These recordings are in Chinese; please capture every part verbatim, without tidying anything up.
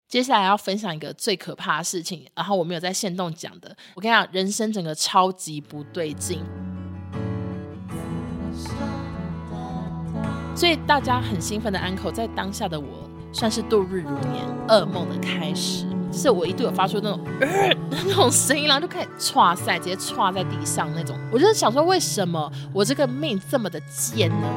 接下来要分享一个最可怕的事情，然后我没有在限动讲的。我跟你讲，人生整个超级不对劲，所以大家很兴奋的安口，在当下的我算是度日如年，噩梦的开始。就是我一度有发出那种、呃、那种声音，然后就开始唰塞，直接唰在地上那种。我就想说，为什么我这个命这么的贱呢？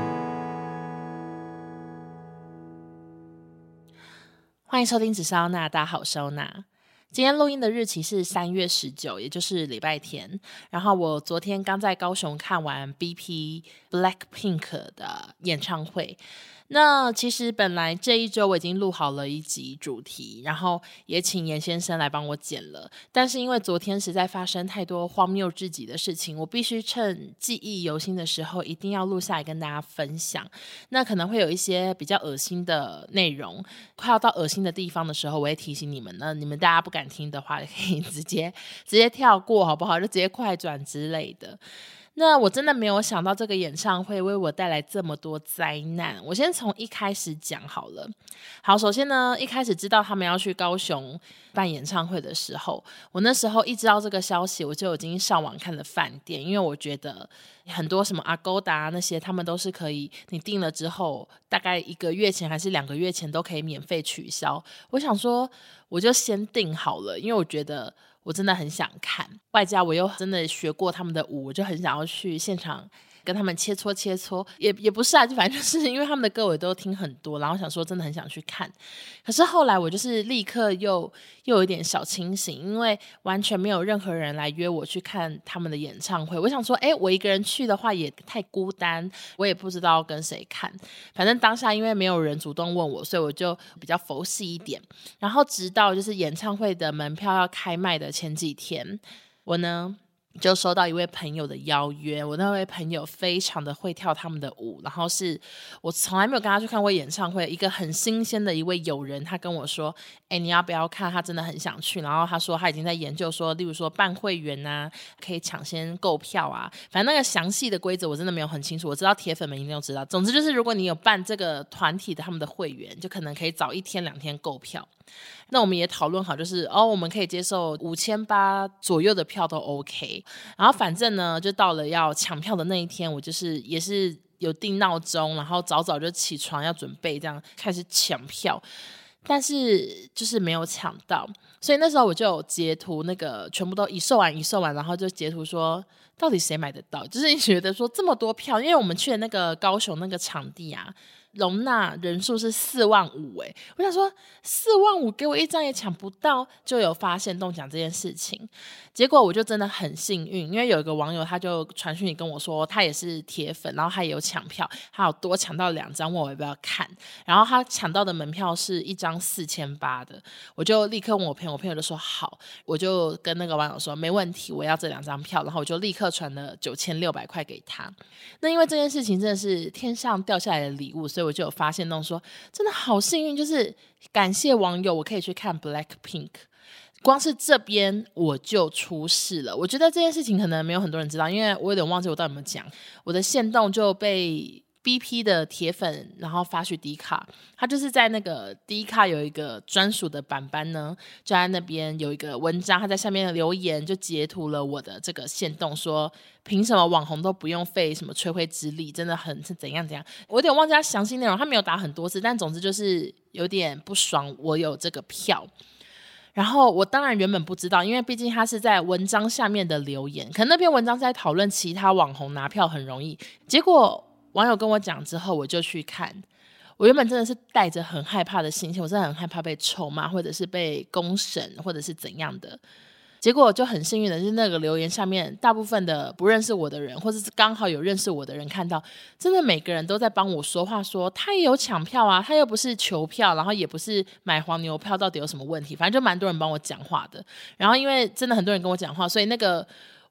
欢迎收听只收纳，大家好，收纳。今天录音的日期是三月十九，也就是礼拜天。然后我昨天刚在高雄看完 B P Blackpink 的演唱会。那其实本来这一周我已经录好了一集主题，然后也请严先生来帮我剪了，但是因为昨天实在发生太多荒谬至极的事情，我必须趁记忆犹新的时候一定要录下来跟大家分享。那可能会有一些比较恶心的内容，快要到恶心的地方的时候我会提醒你们，那你们大家不敢听的话可以直接直接跳过好不好，就直接快转之类的。那我真的没有想到这个演唱会为我带来这么多灾难。我先从一开始讲好了。好，首先呢，一开始知道他们要去高雄办演唱会的时候，我那时候一知道这个消息，我就已经上网看了饭店，因为我觉得很多什么 Agoda 那些，他们都是可以你订了之后大概一个月前还是两个月前都可以免费取消。我想说我就先订好了，因为我觉得我真的很想看，外加我又真的学过他们的舞，我就很想要去现场跟他们切磋切磋，也也不是啊，就反正就是因为他们的歌我都听很多，然后想说真的很想去看。可是后来我就是立刻又又有一点小清醒，因为完全没有任何人来约我去看他们的演唱会。我想说哎，我一个人去的话也太孤单，我也不知道跟谁看。反正当下因为没有人主动问我，所以我就比较佛系一点。然后直到就是演唱会的门票要开卖的前几天，我呢就收到一位朋友的邀约。我那位朋友非常的会跳他们的舞，然后是我从来没有跟他去看过演唱会，一个很新鲜的一位友人，他跟我说哎，你要不要看，他真的很想去。然后他说他已经在研究说例如说办会员啊，可以抢先购票啊，反正那个详细的规则我真的没有很清楚，我知道铁粉们一定都知道。总之就是如果你有办这个团体的他们的会员，就可能可以早一天两天购票。那我们也讨论好，就是哦，我们可以接受五千八左右的票都 OK。然后反正呢，就到了要抢票的那一天，我就是也是有定闹钟，然后早早就起床要准备，这样开始抢票。但是就是没有抢到，所以那时候我就有截图，那个全部都一售完一售完，然后就截图说到底谁买得到。就是你觉得说这么多票，因为我们去的那个高雄那个场地啊，容纳人数是四万五，哎，我想说四万五给我一张也抢不到，就有发现动讲这件事情。结果我就真的很幸运，因为有一个网友他就传讯息跟我说他也是铁粉，然后他也有抢票，他有多抢到两张，问我要不要看。然后他抢到的门票是一张四千八的，我就立刻问我朋友，我朋友就说好，我就跟那个网友说没问题，我要这两张票，然后我就立刻传了九千六百块给他。那因为这件事情真的是天上掉下来的礼物，所以我就有发现弄说真的好幸运，就是感谢网友我可以去看 Blackpink。光是这边我就出事了。我觉得这件事情可能没有很多人知道，因为我有点忘记我到底有没有讲。我的限动就被 B P 的铁粉然后发去 D 卡，他就是在那个 D 卡有一个专属的版版呢，就在那边有一个文章，他在下面留言就截图了我的这个限动，说凭什么网红都不用费什么吹灰之力，真的很是怎样怎样。我有点忘记他详细内容，他没有打很多次，但总之就是有点不爽我有这个票。然后我当然原本不知道，因为毕竟他是在文章下面的留言，可能那篇文章是在讨论其他网红拿票很容易。结果网友跟我讲之后，我就去看。我原本真的是带着很害怕的心情，我真的很害怕被臭骂，或者是被公审，或者是怎样的。结果就很幸运的是，那个留言下面大部分的不认识我的人，或者是刚好有认识我的人看到，真的每个人都在帮我说话，说他也有抢票啊，他又不是求票，然后也不是买黄牛票，到底有什么问题？反正就蛮多人帮我讲话的。然后因为真的很多人跟我讲话，所以那个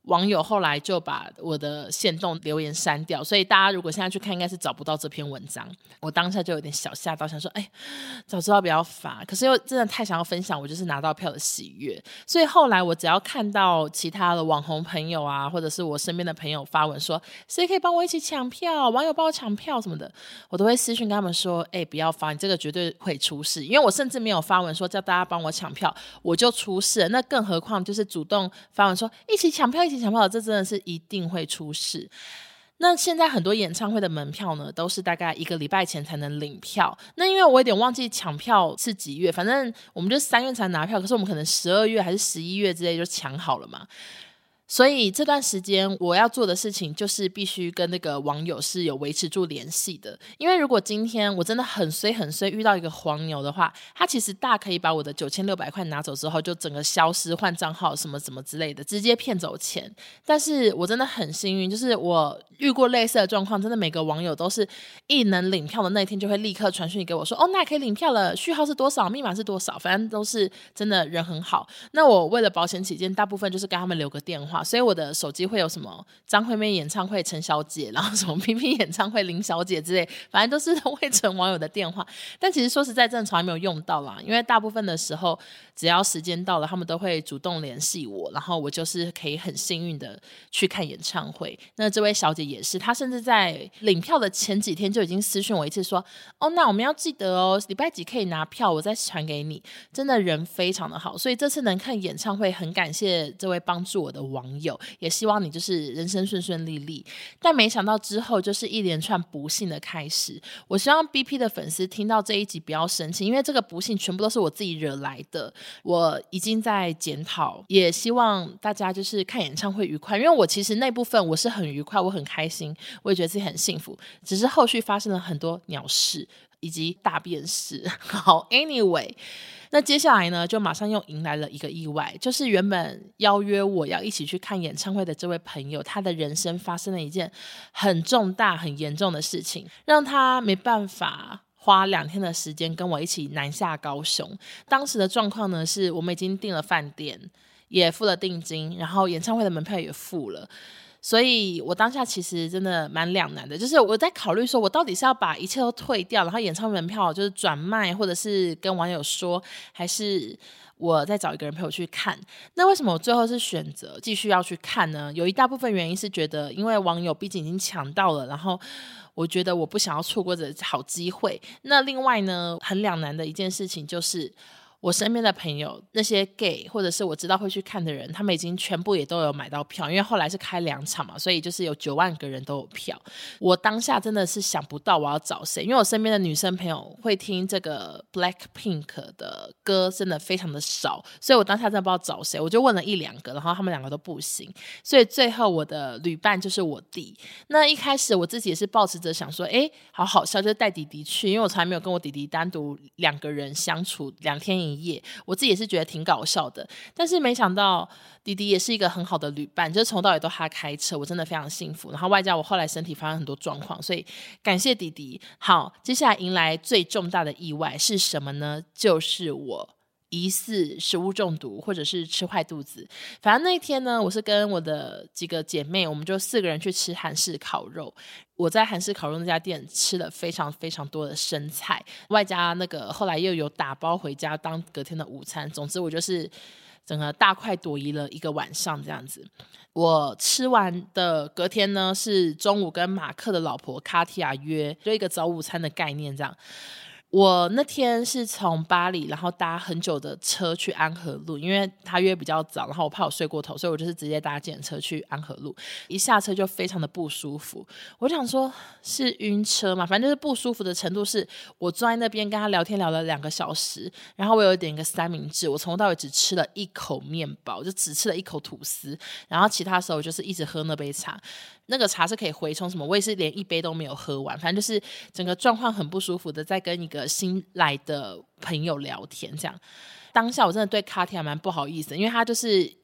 网友后来就把我的限动留言删掉，所以大家如果现在去看应该是找不到这篇文章。我当下就有点小吓到，想说哎，早知道不要发，可是又真的太想要分享我就是拿到票的喜悦，所以后来我只要看到其他的网红朋友啊，或者是我身边的朋友发文说谁可以帮我一起抢票，网友帮我抢票什么的，我都会私讯跟他们说哎，不要发，你这个绝对会出事。因为我甚至没有发文说叫大家帮我抢票我就出事了，那更何况就是主动发文说一起抢票一起抢票，这真的是一定会出事。那现在很多演唱会的门票呢都是大概一个礼拜前才能领票，那因为我有点忘记抢票是几月，反正我们就三月才拿票，可是我们可能十二月还是十一月之类就抢好了嘛。所以这段时间我要做的事情就是必须跟那个网友是有维持住联系的，因为如果今天我真的很衰很衰遇到一个黄牛的话，他其实大可以把我的九千六百块拿走之后就整个消失，换账号什么什么之类的，直接骗走钱。但是我真的很幸运，就是我遇过类似的状况，真的每个网友都是一能领票的那一天就会立刻传讯给我说哦，那可以领票了，序号是多少，密码是多少，反正都是真的人很好。那我为了保险起见，大部分就是跟他们留个电话，所以我的手机会有什么张惠妹演唱会陈小姐，然后什么 P P 演唱会林小姐之类，反正都是未成网友的电话。但其实说实在真的从来没有用到啦，因为大部分的时候只要时间到了他们都会主动联系我，然后我就是可以很幸运的去看演唱会。那这位小姐也是，她甚至在领票的前几天就已经私讯我一次说哦，那我们要记得哦，礼拜几可以拿票，我再传给你。真的人非常的好，所以这次能看演唱会很感谢这位帮助我的网友，也希望你就是人生顺顺利利。但没想到之后就是一连串不幸的开始。我希望 B P 的粉丝听到这一集不要生气，因为这个不幸全部都是我自己惹来的，我已经在检讨，也希望大家就是看演唱会愉快。因为我其实那部分我是很愉快，我很开心，我也觉得自己很幸福，只是后续发生了很多鸟事以及大便事。好 anyway， 那接下来呢就马上又迎来了一个意外，就是原本邀约我要一起去看演唱会的这位朋友，他的人生发生了一件很重大很严重的事情，让他没办法花两天的时间跟我一起南下高雄。当时的状况呢是我们已经订了饭店，也付了定金，然后演唱会的门票也付了，所以我当下其实真的蛮两难的，就是我在考虑说我到底是要把一切都退掉，然后演唱会门票就是转卖，或者是跟网友说，还是我再找一个人陪我去看。那为什么我最后是选择继续要去看呢？有一大部分原因是觉得因为网友毕竟已经抢到了，然后我觉得我不想要错过这好机会。那另外呢很两难的一件事情就是我身边的朋友那些 gay 或者是我知道会去看的人，他们已经全部也都有买到票，因为后来是开两场嘛，所以就是有九万个人都有票。我当下真的是想不到我要找谁，因为我身边的女生朋友会听这个 Blackpink 的歌真的非常的少，所以我当下真的不知道找谁，我就问了一两个，然后他们两个都不行，所以最后我的旅伴就是我弟。那一开始我自己也是抱持着想说哎，好好笑，就带弟弟去，因为我从来没有跟我弟弟单独两个人相处两天一夜，我自己也是觉得挺搞笑的。但是没想到弟弟也是一个很好的旅伴，就是从头到尾都他开车，我真的非常幸福。然后外加我后来身体发生很多状况，所以感谢弟弟。好，接下来迎来最重大的意外是什么呢？就是我疑似食物中毒或者是吃坏肚子。反正那一天呢我是跟我的几个姐妹，我们就四个人去吃韩式烤肉。我在韩式烤肉那家店吃了非常非常多的生菜，外加那个后来又有打包回家当隔天的午餐，总之我就是整个大快朵颐了一个晚上这样子。我吃完的隔天呢是中午跟马克的老婆卡提亚约，就一个早午餐的概念这样。我那天是从巴黎然后搭很久的车去安和路，因为他约比较早，然后我怕我睡过头，所以我就是直接搭计程车去安和路。一下车就非常的不舒服，我想说是晕车嘛，反正就是不舒服的程度是我坐在那边跟他聊天聊了两个小时，然后我有点一个三明治，我从头到尾只吃了一口面包，就只吃了一口吐司，然后其他时候我就是一直喝那杯茶。那个茶是可以回冲什么，我也是连一杯都没有喝完，反正就是整个状况很不舒服的在跟一个新来的朋友聊天这样。当下我真的对卡提亚蛮不好意思的，因为他就是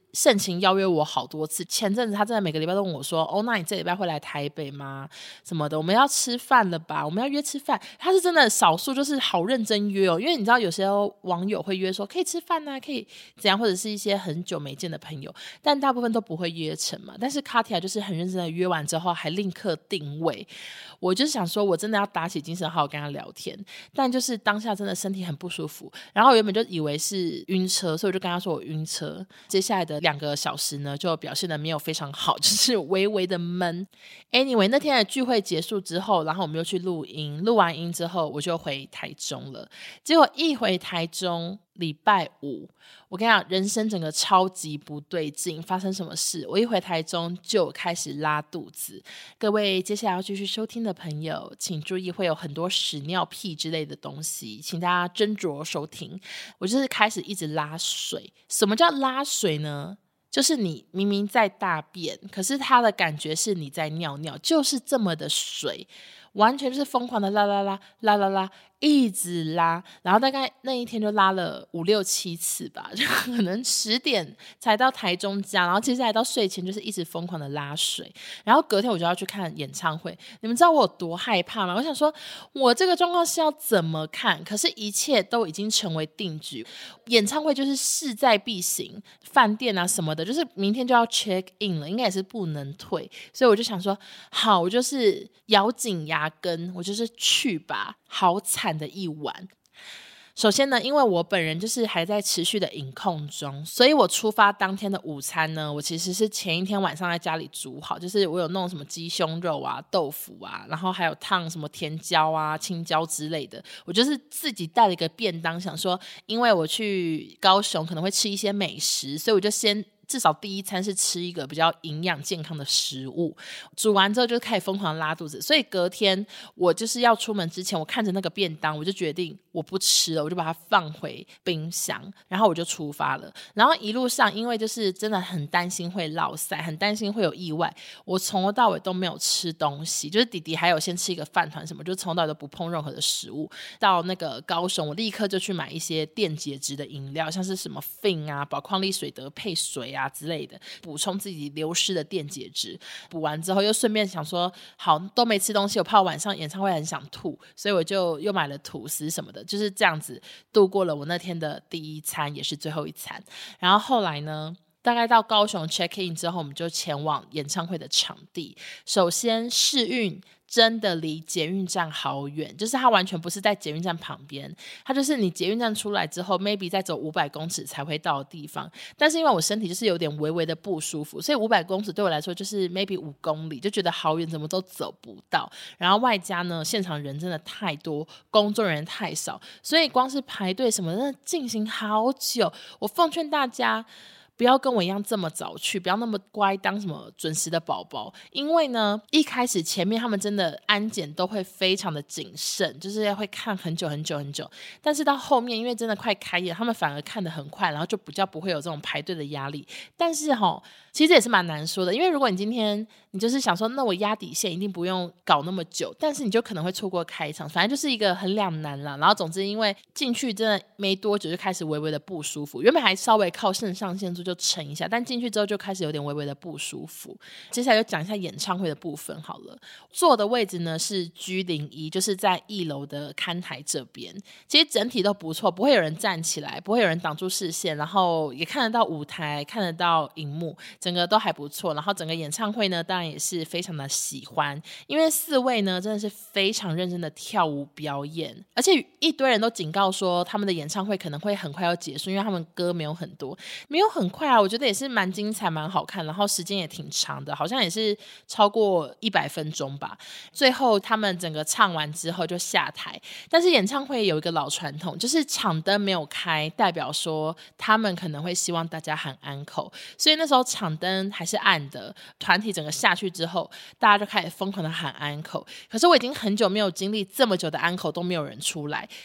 盛情邀约我好多次，前阵子他真的每个礼拜都问我说，哦，那你这礼拜会来台北吗什么的，我们要吃饭了吧，我们要约吃饭。他是真的少数就是好认真约哦，因为你知道有些网友会约说可以吃饭啊，可以怎样，或者是一些很久没见的朋友，但大部分都不会约成嘛。但是卡提亚就是很认真的约完之后还立刻定位，我就是想说我真的要打起精神好好跟他聊天，但就是当下真的身体很不舒服，然后我原本就以为是晕车，所以我就跟他说我晕车。接下来的两个小时呢就表现的没有非常好，就是微微的闷。 Anyway 那天的聚会结束之后，然后我们又去录音，录完音之后我就回台中了。结果一回台中礼拜五，我跟你讲人生整个超级不对劲，发生什么事？我一回台中就开始拉肚子。各位接下来要继续收听的朋友请注意，会有很多屎尿屁之类的东西，请大家斟酌收听。我就是开始一直拉水。什么叫拉水呢？就是你明明在大便，可是它的感觉是你在尿尿，就是这么的水，完全就是疯狂的拉拉拉拉拉拉，一直拉，然后大概那一天就拉了五六七次吧，就可能十点才到台中家，然后接下来到睡前就是一直疯狂的拉水，然后隔天我就要去看演唱会。你们知道我有多害怕吗？我想说我这个状况是要怎么看，可是一切都已经成为定局，演唱会就是势在必行，饭店啊什么的就是明天就要 check in 了，应该也是不能退，所以我就想说好，我就是咬紧牙根，我就是去吧。好惨的一晚。首先呢，因为我本人就是还在持续的饮控中，所以我出发当天的午餐呢，我其实是前一天晚上在家里煮好，就是我有弄什么鸡胸肉啊、豆腐啊，然后还有烫什么甜椒啊、青椒之类的，我就是自己带了一个便当，想说因为我去高雄可能会吃一些美食，所以我就先至少第一餐是吃一个比较营养健康的食物，煮完之后就开始疯狂拉肚子，所以隔天我就是要出门之前，我看着那个便当，我就决定我不吃了，我就把它放回冰箱，然后我就出发了。然后一路上因为就是真的很担心会落塞，很担心会有意外，我从头到尾都没有吃东西，就是弟弟还有先吃一个饭团什么，就从头到尾都不碰任何的食物。到那个高雄我立刻就去买一些电解质的饮料，像是什么 Fin 啊、宝矿力水得配水啊之类的，补充自己流失的电解质。补完之后又顺便想说好都没吃东西，我怕我晚上演唱会很想吐，所以我就又买了吐司什么的，就是这样子度过了我那天的第一餐也是最后一餐。然后后来呢大概到高雄 check in 之后，我们就前往演唱会的场地。首先世运真的离捷运站好远，就是它完全不是在捷运站旁边，它就是你捷运站出来之后 maybe 再走五百公尺才会到的地方。但是因为我身体就是有点微微的不舒服，所以五百公尺对我来说就是 maybe 五公里，就觉得好远，怎么都走不到。然后外加呢现场人真的太多，工作人员太少，所以光是排队什么的进行好久。我奉劝大家不要跟我一样这么早去，不要那么乖当什么准时的宝宝，因为呢一开始前面他们真的安检都会非常的谨慎，就是会看很久很久很久，但是到后面因为真的快开业，他们反而看得很快，然后就比较不会有这种排队的压力。但是齁其实也是蛮难说的，因为如果你今天你就是想说那我压底线一定不用搞那么久，但是你就可能会错过开场，反正就是一个很两难啦。然后总之因为进去真的没多久就开始微微的不舒服，原本还稍微靠肾上腺素就撑一下，但进去之后就开始有点微微的不舒服。接下来就讲一下演唱会的部分好了。坐的位置呢是 G 零一， 就是在一楼的看台这边，其实整体都不错，不会有人站起来，不会有人挡住视线，然后也看得到舞台，看得到荧幕，整个都还不错。然后整个演唱会呢当然也是非常的喜欢，因为四位呢真的是非常认真的跳舞表演，而且一堆人都警告说他们的演唱会可能会很快要结束，因为他们歌没有很多，没有很快啊，我觉得也是蛮精彩蛮好看，然后时间也挺长的，好像也是超过一百分钟吧。最后他们整个唱完之后就下台，但是演唱会有一个老传统，就是场灯没有开，代表说他们可能会希望大家喊安可，所以那时候场灯还是暗的，团体整个下去之后大家就开始疯狂的喊安可。可是我已经很久没有经历这么久的安可都没有人出来，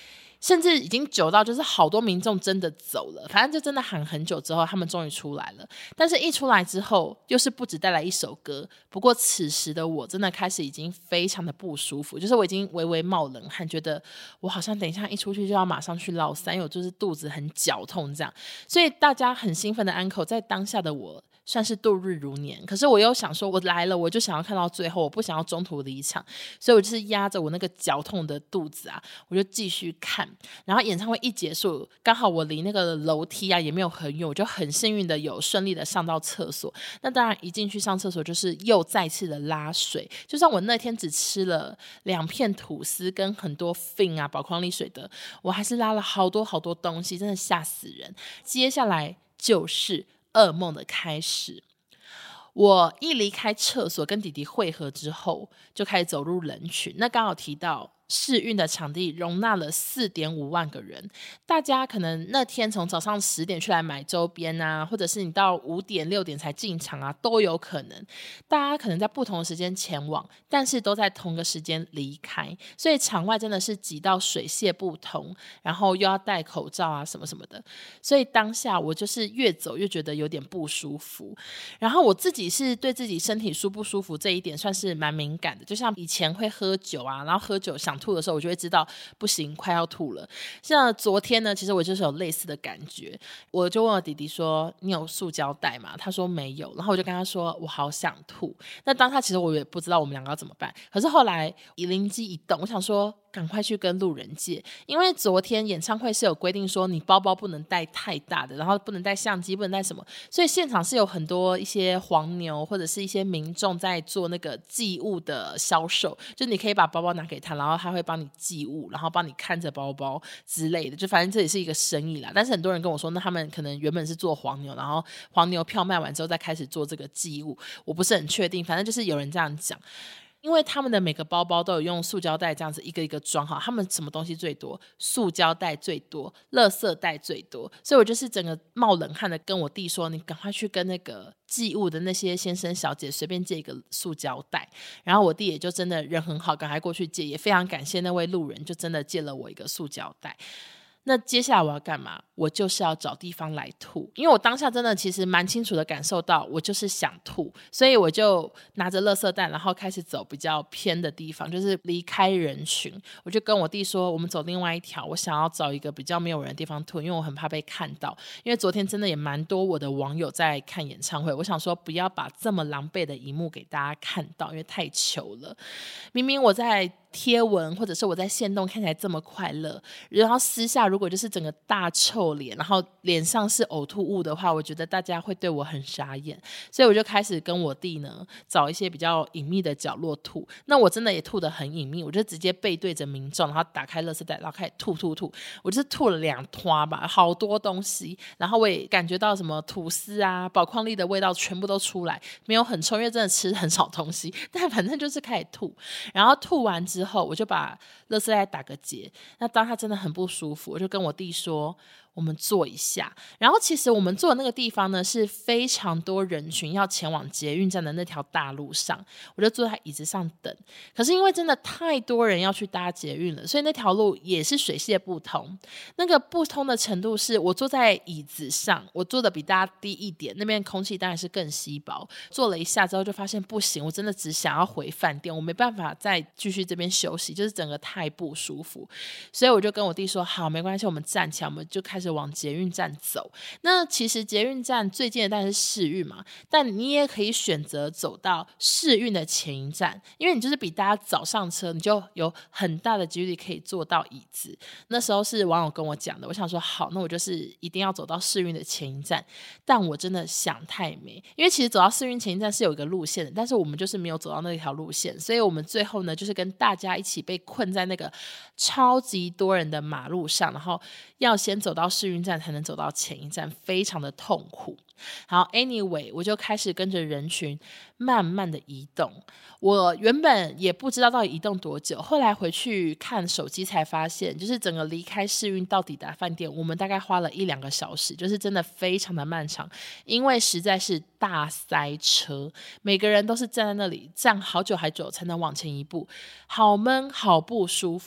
甚至已经久到就是好多民众真的走了，反正就真的喊很久之后他们终于出来了。但是一出来之后又是不止带来一首歌，不过此时的我真的开始已经非常的不舒服，就是我已经微微冒冷汗，觉得我好像等一下一出去就要马上去落塞，因为我就是肚子很绞痛这样。所以大家很兴奋的安可，在当下的我算是度日如年，可是我又想说我来了我就想要看到最后，我不想要中途离场，所以我就是压着我那个绞痛的肚子啊，我就继续看。然后演唱会一结束，刚好我离那个楼梯啊也没有很远，我就很幸运的有顺利的上到厕所。那当然一进去上厕所就是又再次的拉水，就算我那天只吃了两片吐司跟很多 Fin 啊宝矿力水的，我还是拉了好多好多东西，真的吓死人。接下来就是噩梦的开始。我一离开厕所跟弟弟会合之后，就开始走入人群。那刚好提到世运的场地容纳了 四点五万个人，大家可能那天从早上十点去来买周边啊，或者是你到五点六点才进场啊，都有可能。大家可能在不同的时间前往，但是都在同个时间离开，所以场外真的是挤到水泄不通，然后又要戴口罩啊什么什么的。所以当下我就是越走越觉得有点不舒服，然后我自己是对自己身体舒不舒服这一点算是蛮敏感的，就像以前会喝酒啊，然后喝酒想吐的时候我就会知道不行快要吐了。像昨天呢其实我就是有类似的感觉，我就问我弟弟说你有塑胶袋吗？他说没有，然后我就跟他说我好想吐。那当下其实我也不知道我们两个要怎么办，可是后来灵机一动，我想说赶快去跟路人借，因为昨天演唱会是有规定说你包包不能带太大的，然后不能带相机，不能带什么，所以现场是有很多一些黄牛或者是一些民众在做那个寄物的销售，就你可以把包包拿给他，然后他会帮你寄物，然后帮你看着包包之类的，就反正这也是一个生意啦。但是很多人跟我说那他们可能原本是做黄牛，然后黄牛票卖完之后再开始做这个寄物，我不是很确定，反正就是有人这样讲。因为他们的每个包包都有用塑胶袋这样子一个一个装好，他们什么东西最多？塑胶袋最多，垃圾袋最多，所以我就是整个冒冷汗的跟我弟说，你赶快去跟那个寄物的那些先生小姐随便借一个塑胶袋。然后我弟也就真的人很好，赶快过去借，也非常感谢那位路人，就真的借了我一个塑胶袋。那接下来我要干嘛？我就是要找地方来吐，因为我当下真的其实蛮清楚的感受到我就是想吐，所以我就拿着垃圾袋然后开始走比较偏的地方，就是离开人群。我就跟我弟说我们走另外一条，我想要找一个比较没有人的地方吐，因为我很怕被看到，因为昨天真的也蛮多我的网友在看演唱会，我想说不要把这么狼狈的一幕给大家看到，因为太糗了。明明我在贴文或者是我在限动看起来这么快乐，然后私下如果就是整个大臭脸，然后脸上是呕吐物的话，我觉得大家会对我很傻眼，所以我就开始跟我弟呢找一些比较隐秘的角落吐。那我真的也吐得很隐秘，我就直接背对着民众，然后打开垃圾袋，然后开始吐吐吐，我就是吐了两坨吧，好多东西，然后我也感觉到什么吐司啊宝矿力的味道全部都出来，没有很臭，因为真的吃很少东西，但反正就是开始吐。然后吐完之后我就把垃圾袋打个结，那当他真的很不舒服，我就跟我弟说我们坐一下。然后其实我们坐的那个地方呢是非常多人群要前往捷运站的那条大路上，我就坐在椅子上等。可是因为真的太多人要去搭捷运了，所以那条路也是水泄不通。那个不通的程度是我坐在椅子上，我坐的比大家低一点，那边空气当然是更稀薄。坐了一下之后就发现不行，我真的只想要回饭店，我没办法再继续这边休息，就是整个太不舒服。所以我就跟我弟说好没关系，我们站起来，我们就开始往捷运站走。那其实捷运站最近的当然是世运嘛，但你也可以选择走到世运的前一站，因为你就是比大家早上车，你就有很大的几率可以坐到椅子。那时候是网友跟我讲的，我想说好，那我就是一定要走到世运的前一站。但我真的想太美，因为其实走到世运前一站是有一个路线的，但是我们就是没有走到那条路线，所以我们最后呢就是跟大家一起被困在那个超级多人的马路上，然后要先走到世运站才能走到前一站，非常的痛苦。好 anyway 我就开始跟着人群慢慢的移动。我原本也不知道到底移动多久，后来回去看手机才发现，就是整个离开世运到抵达饭店我们大概花了一两个小时，就是真的非常的漫长，因为实在是大塞车，每个人都是站在那里站好久好久才能往前一步，好闷好不舒服。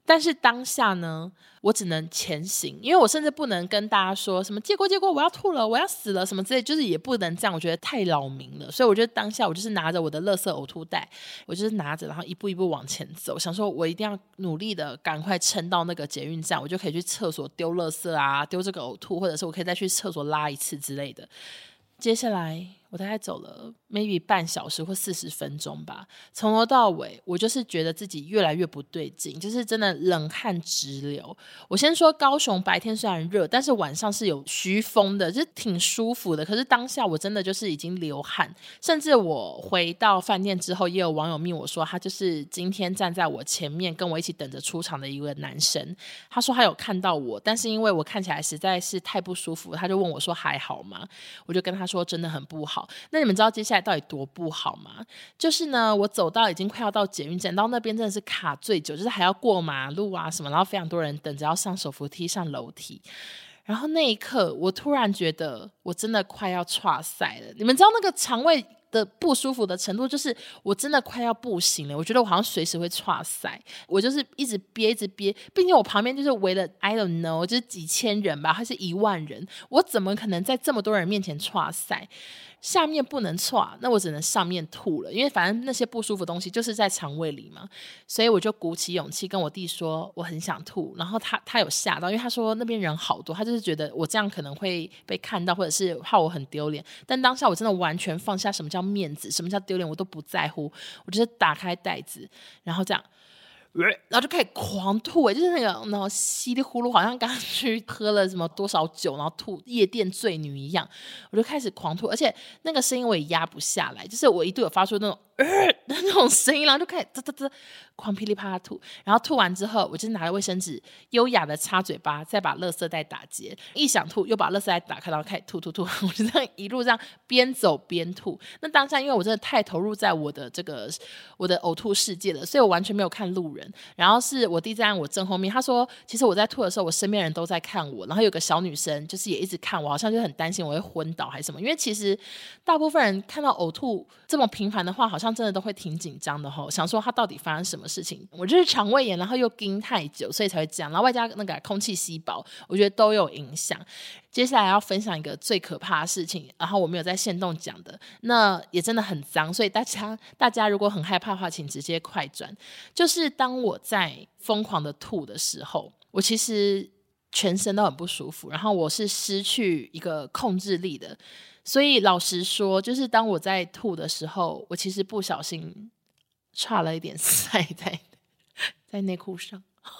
但是当下呢，我只能前行，因为我甚至不能跟大家说什么结果结果我要吐了，我要死了什么之类，就是也不能这样，我觉得太扰民了。所以我觉得当下我就是拿着我的垃圾呕吐袋，我就是拿着然后一步一步往前走，想说我一定要努力的赶快撑到那个捷运站，我就可以去厕所丢垃圾啊，丢这个呕吐，或者是我可以再去厕所拉一次之类的。接下来我大概走了 maybe 半小时或四十分钟吧，从头到尾我就是觉得自己越来越不对劲，就是真的冷汗直流。我先说高雄白天虽然热，但是晚上是有徐风的，就是挺舒服的，可是当下我真的就是已经流汗，甚至我回到饭店之后也有网友密我说他就是今天站在我前面跟我一起等着出场的一个男生，他说他有看到我，但是因为我看起来实在是太不舒服，他就问我说还好吗？我就跟他说真的很不好。那你们知道接下来到底多不好吗？就是呢，我走到已经快要到捷运站，到那边真的是卡最久，就是还要过马路啊什么，然后非常多人等着要上手扶梯上楼梯。然后那一刻我突然觉得我真的快要剉赛了。你们知道那个肠胃的不舒服的程度，就是我真的快要不行了，我觉得我好像随时会剉赛，我就是一直憋一直憋，并且我旁边就是围了 I don't know 就是几千人吧，还是一万人，我怎么可能在这么多人面前剉赛？下面不能剉，那我只能上面吐了，因为反正那些不舒服的东西就是在肠胃里嘛，所以我就鼓起勇气跟我弟说我很想吐，然后他他有吓到，因为他说那边人好多，他就是觉得我这样可能会被看到，或者是怕我很丢脸，但当下我真的完全放下什么叫面子，什么叫丢脸我都不在乎，我就是打开袋子，然后这样然后就开始狂吐、欸、就是那个然后稀里呼噜好像刚去喝了什么多少酒然后吐夜店醉女一样，我就开始狂吐，而且那个声音我也压不下来，就是我一度有发出那种呃那种声音，然后就开始嘚嘚嘚狂噼里啪啦吐，然后吐完之后我就拿了卫生纸优雅的擦嘴巴，再把垃圾袋打结，一想吐又把垃圾袋打开，然后开始吐吐吐，我就这样一路这样边走边吐。那当下因为我真的太投入在我的这个我的呕吐世界了，所以我完全没有看路人，然后是我弟在我正后面，他说其实我在吐的时候我身边人都在看我，然后有个小女生就是也一直看我，好像就很担心我会昏倒还是什么，因为其实大部分人看到呕吐这么频繁的话好像真的都会挺紧张的吼，想说他到底发生什么事情，我就是肠胃炎然后又盯太久所以才会这样，然后外加那个空气稀薄我觉得都有影响。接下来要分享一个最可怕的事情，然后我没有在限动讲的，那也真的很脏，所以大家大家如果很害怕的话请直接快转。就是当我在疯狂的吐的时候，我其实全身都很不舒服，然后我是失去一个控制力的，所以老实说就是当我在吐的时候我其实不小心插了一点塞在在内裤上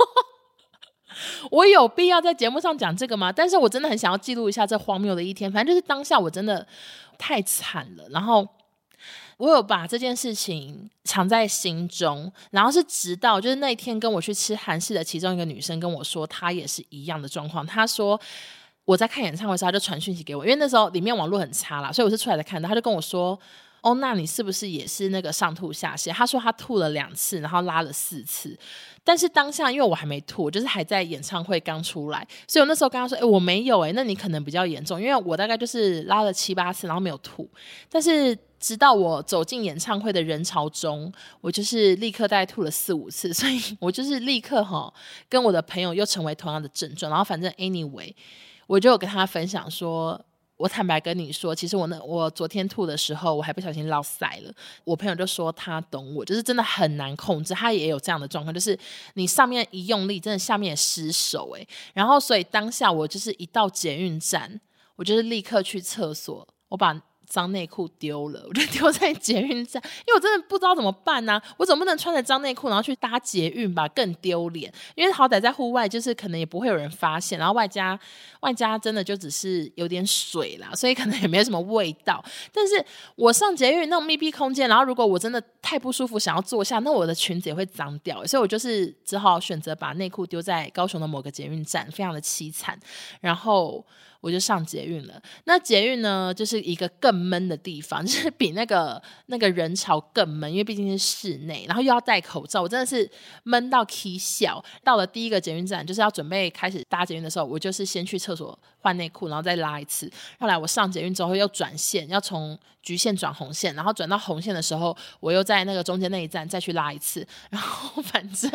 我有必要在节目上讲这个吗？但是我真的很想要记录一下这荒谬的一天，反正就是当下我真的太惨了，然后我有把这件事情藏在心中，然后是直到就是那一天跟我去吃韩式的其中一个女生跟我说她也是一样的状况，她说我在看演唱会的时候她就传讯息给我，因为那时候里面网络很差啦，所以我是出来才看到，她就跟我说哦，那你是不是也是那个上吐下泻？她说她吐了两次然后拉了四次，但是当下因为我还没吐，我就是还在演唱会刚出来，所以我那时候跟她说、欸、我没有、欸、那你可能比较严重，因为我大概就是拉了七八次然后没有吐，但是直到我走进演唱会的人潮中我就是立刻大概吐了四五次，所以我就是立刻齁跟我的朋友又成为同样的症状，然后反正 anyway 我就有跟他分享说我坦白跟你说其实我那我昨天吐的时候我还不小心落塞了，我朋友就说他懂我，就是真的很难控制，他也有这样的状况，就是你上面一用力真的下面也失手欸，然后所以当下我就是一到捷运站我就是立刻去厕所，我把脏内裤丢了，我就丢在捷运站，因为我真的不知道怎么办啊，我总不能穿着脏内裤然后去搭捷运吧，更丢脸，因为好歹在户外就是可能也不会有人发现，然后外加外加真的就只是有点水啦，所以可能也没什么味道，但是我上捷运那种密闭空间，然后如果我真的太不舒服想要坐下，那我的裙子也会脏掉，所以我就是只好选择把内裤丢在高雄的某个捷运站，非常的凄惨，然后我就上捷运了。那捷运呢就是一个更闷的地方，就是比那个那个人潮更闷，因为毕竟是室内，然后又要戴口罩，我真的是闷到起笑。到了第一个捷运站就是要准备开始搭捷运的时候，我就是先去厕所换内裤然后再拉一次，后来我上捷运之后又转线，要从橘线转红线，然后转到红线的时候我又在那个中间那一站再去拉一次，然后反正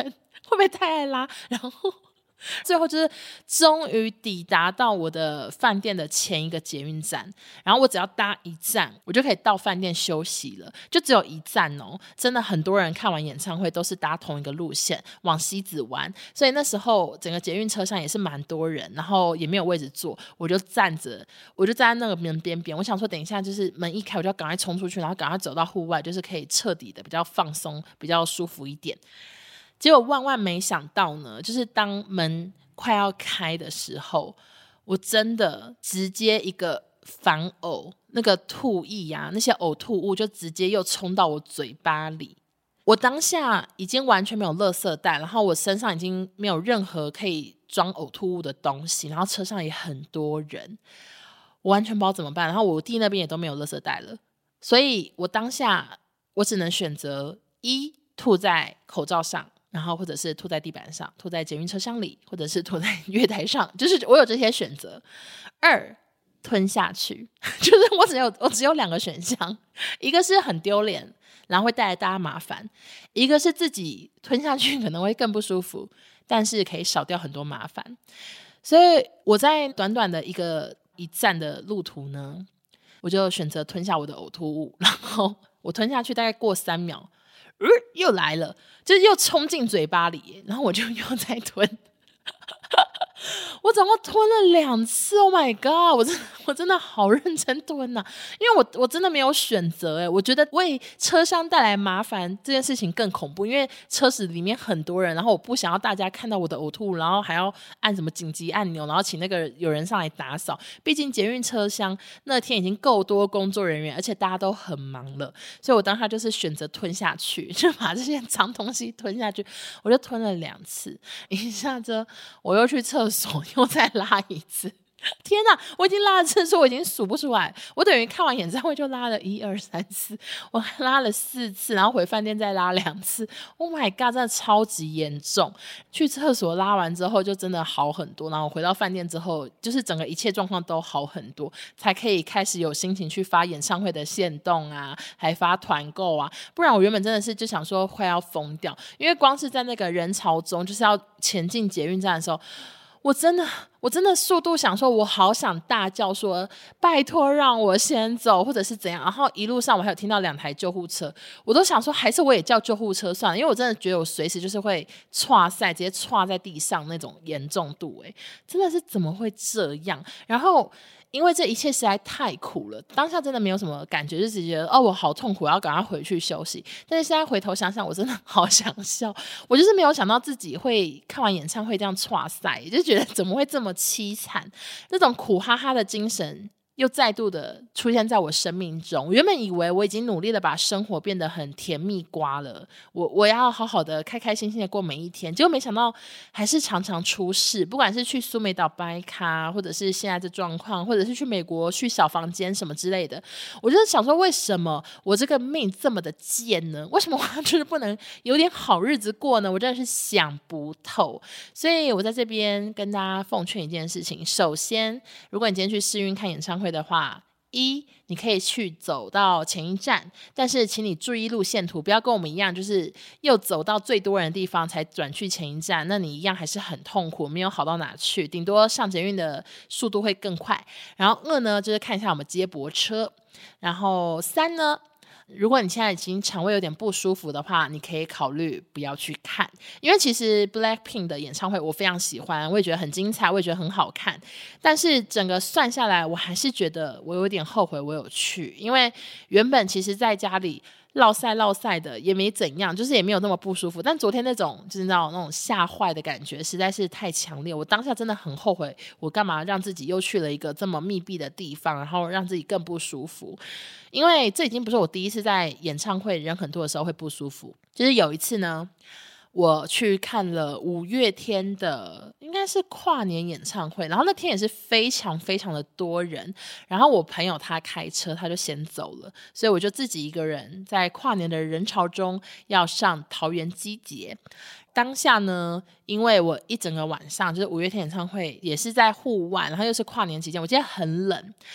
不会太爱拉？然后最后就是终于抵达到我的饭店的前一个捷运站，然后我只要搭一站我就可以到饭店休息了，就只有一站哦。真的很多人看完演唱会都是搭同一个路线往西子湾，所以那时候整个捷运车上也是蛮多人，然后也没有位置坐，我就站着，我就站在那个门边边，我想说等一下就是门一开我就要赶快冲出去，然后赶快走到户外，就是可以彻底的比较放松比较舒服一点。结果万万没想到呢，就是当门快要开的时候，我真的直接一个反呕，那个吐意啊，那些呕吐物就直接又冲到我嘴巴里。我当下已经完全没有垃圾袋，然后我身上已经没有任何可以装呕吐物的东西，然后车上也很多人，我完全不知道怎么办。然后我弟那边也都没有垃圾袋了，所以我当下我只能选择一吐在口罩上，然后或者是吐在地板上，吐在捷运车厢里，或者是吐在月台上，就是我有这些选择。二吞下去，就是我只有我只有两个选项，一个是很丢脸然后会带来大家麻烦，一个是自己吞下去可能会更不舒服，但是可以少掉很多麻烦。所以我在短短的一个一站的路途呢，我就选择吞下我的呕吐物，然后我吞下去大概过三秒呃，又来了，就是又冲进嘴巴里，然后我就又再吞我总共吞了两次 Oh my god 我真的我真的好认真吞啊，因为我我真的没有选择耶，我觉得为车厢带来麻烦这件事情更恐怖，因为车子里面很多人，然后我不想要大家看到我的呕吐，然后还要按什么紧急按钮，然后请那个有人上来打扫，毕竟捷运车厢那天已经够多工作人员，而且大家都很忙了，所以我当下就是选择吞下去，就把这些脏东西吞下去，我就吞了两次，一下子我又去厕所又再拉一次，天哪，我已经拉的次数我已经数不出来，我等于看完演唱会就拉了一二三四，我拉了四次，然后回饭店再拉两次。 Oh my god 真的超级严重，去厕所拉完之后就真的好很多，然后回到饭店之后就是整个一切状况都好很多，才可以开始有心情去发演唱会的限动啊，还发团购啊，不然我原本真的是就想说快要疯掉，因为光是在那个人潮中就是要前进捷运站的时候，我真的我真的速度想说我好想大叫说拜托让我先走或者是怎样，然后一路上我还有听到两台救护车，我都想说还是我也叫救护车算了，因为我真的觉得我随时就是会剉赛直接剉在地上那种严重度，欸，真的是怎么会这样。然后因为这一切实在太苦了，当下真的没有什么感觉，就只觉得哦我好痛苦，我要赶快回去休息。但是现在回头想想我真的好想笑，我就是没有想到自己会看完演唱会这样剉赛，就觉得怎么会这么凄惨，那种苦哈哈的精神又再度的出现在我生命中。我原本以为我已经努力的把生活变得很甜蜜瓜了，我我要好好的开开心心的过每一天，结果没想到还是常常出事，不管是去苏梅岛掰咖，或者是现在这状况，或者是去美国去小房间什么之类的，我就是想说为什么我这个命这么的贱呢？为什么我就是不能有点好日子过呢？我真的是想不透。所以我在这边跟大家奉劝一件事情，首先如果你今天去世运看演唱会的话，一你可以去走到前一站，但是请你注意路线图，不要跟我们一样就是又走到最多人的地方才转去前一站，那你一样还是很痛苦，没有好到哪去，顶多上捷运的速度会更快。然后二呢就是看一下我们接驳车，然后三呢如果你现在已经肠胃有点不舒服的话，你可以考虑不要去看，因为其实 Blackpink 的演唱会我非常喜欢，我也觉得很精彩，我也觉得很好看，但是整个算下来我还是觉得我有点后悔我有去，因为原本其实在家里落晒落晒的也没怎样，就是也没有那么不舒服，但昨天那种就是那种那种吓坏的感觉实在是太强烈，我当下真的很后悔我干嘛让自己又去了一个这么密闭的地方，然后让自己更不舒服。因为这已经不是我第一次在演唱会人很多的时候会不舒服，就是有一次呢我去看了五月天的应该是跨年演唱会，然后那天也是非常非常的多人，然后我朋友他开车他就先走了，所以我就自己一个人在跨年的人潮中要上桃园机捷。当下呢因为我一整个晚上就是五月天演唱会也是在户外，然后又是跨年期间，我记得很冷，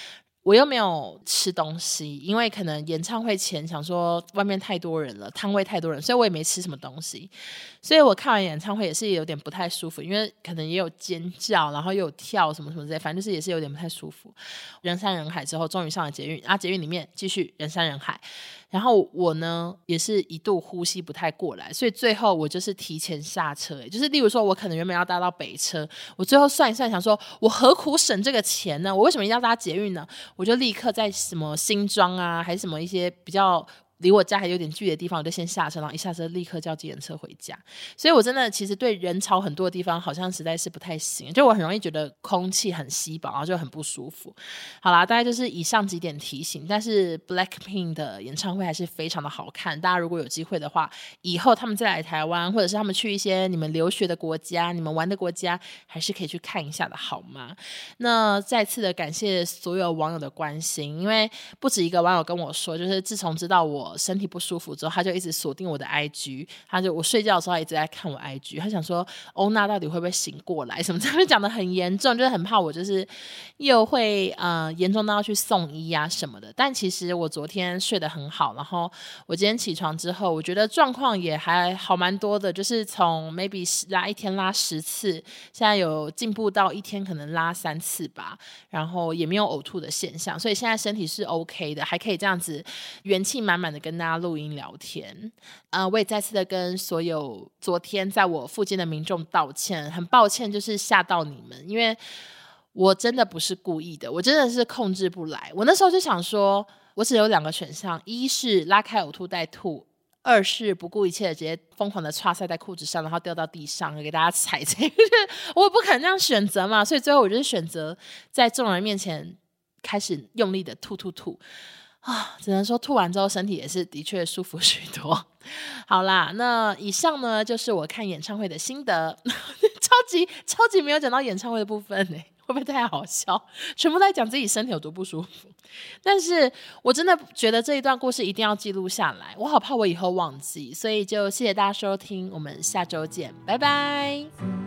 我又没有吃东西，因为可能演唱会前想说外面太多人了，摊位太多人，所以我也没吃什么东西。所以我看完演唱会也是有点不太舒服，因为可能也有尖叫，然后又有跳什么什么之类，反正就是也是有点不太舒服。人山人海之后终于上了捷运啊，捷运里面继续人山人海，然后我呢也是一度呼吸不太过来，所以最后我就是提前下车，就是例如说我可能原本要搭到北车，我最后算一算想说我何苦省这个钱呢，我为什么一定要搭捷运呢，我就立刻在什么新庄啊还是什么一些比较离我家还有点距离的地方，我就先下车，然后一下车立刻叫计程车回家。所以我真的其实对人潮很多的地方好像实在是不太行，就我很容易觉得空气很稀薄，然后就很不舒服。好啦，大概就是以上几点提醒，但是 Blackpink 的演唱会还是非常的好看，大家如果有机会的话，以后他们再来台湾，或者是他们去一些你们留学的国家，你们玩的国家，还是可以去看一下的好吗？那再次的感谢所有网友的关心，因为不止一个网友跟我说，就是自从知道我身体不舒服之后，他就一直锁定我的 I G， 他就我睡觉的时候他一直在看我 I G， 他想说欧娜到底会不会醒过来什么，他就讲得很严重，就是很怕我就是又会呃严重到要去送医啊什么的。但其实我昨天睡得很好，然后我今天起床之后，我觉得状况也还好蛮多的，就是从 maybe 拉一天拉十次，现在有进步到一天可能拉三次吧，然后也没有呕吐的现象，所以现在身体是 OK 的，还可以这样子元气满满的跟大家录音聊天。呃，我也再次的跟所有昨天在我附近的民众道歉，很抱歉就是吓到你们，因为我真的不是故意的，我真的是控制不来。我那时候就想说我只有两个选项，一是拉开呕吐袋吐，二是不顾一切的直接疯狂的插塞在裤子上，然后掉到地上给大家踩这个我也不可能这样选择嘛，所以最后我就是选择在众人面前开始用力的吐吐吐啊，只能说吐完之后身体也是的确舒服许多。好啦，那以上呢就是我看演唱会的心得超级超级没有讲到演唱会的部分耶，会不会太好笑，全部在讲自己身体有多不舒服。但是我真的觉得这一段故事一定要记录下来，我好怕我以后忘记，所以就谢谢大家收听，我们下周见，拜拜。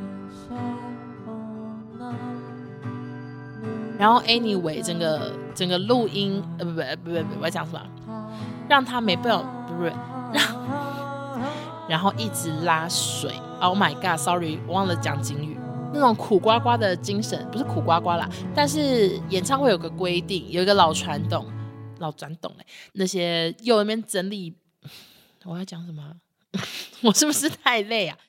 然后 anyway 整个整个录音呃不不不不不我要讲什么，让他没办法不是然后一直拉水 Oh my god sorry 我忘了讲警语，那种苦瓜瓜的精神，不是苦瓜瓜啦，但是演唱会有个规定，有一个老传统老传统欸，那些又那边整理我要讲什么我是不是太累啊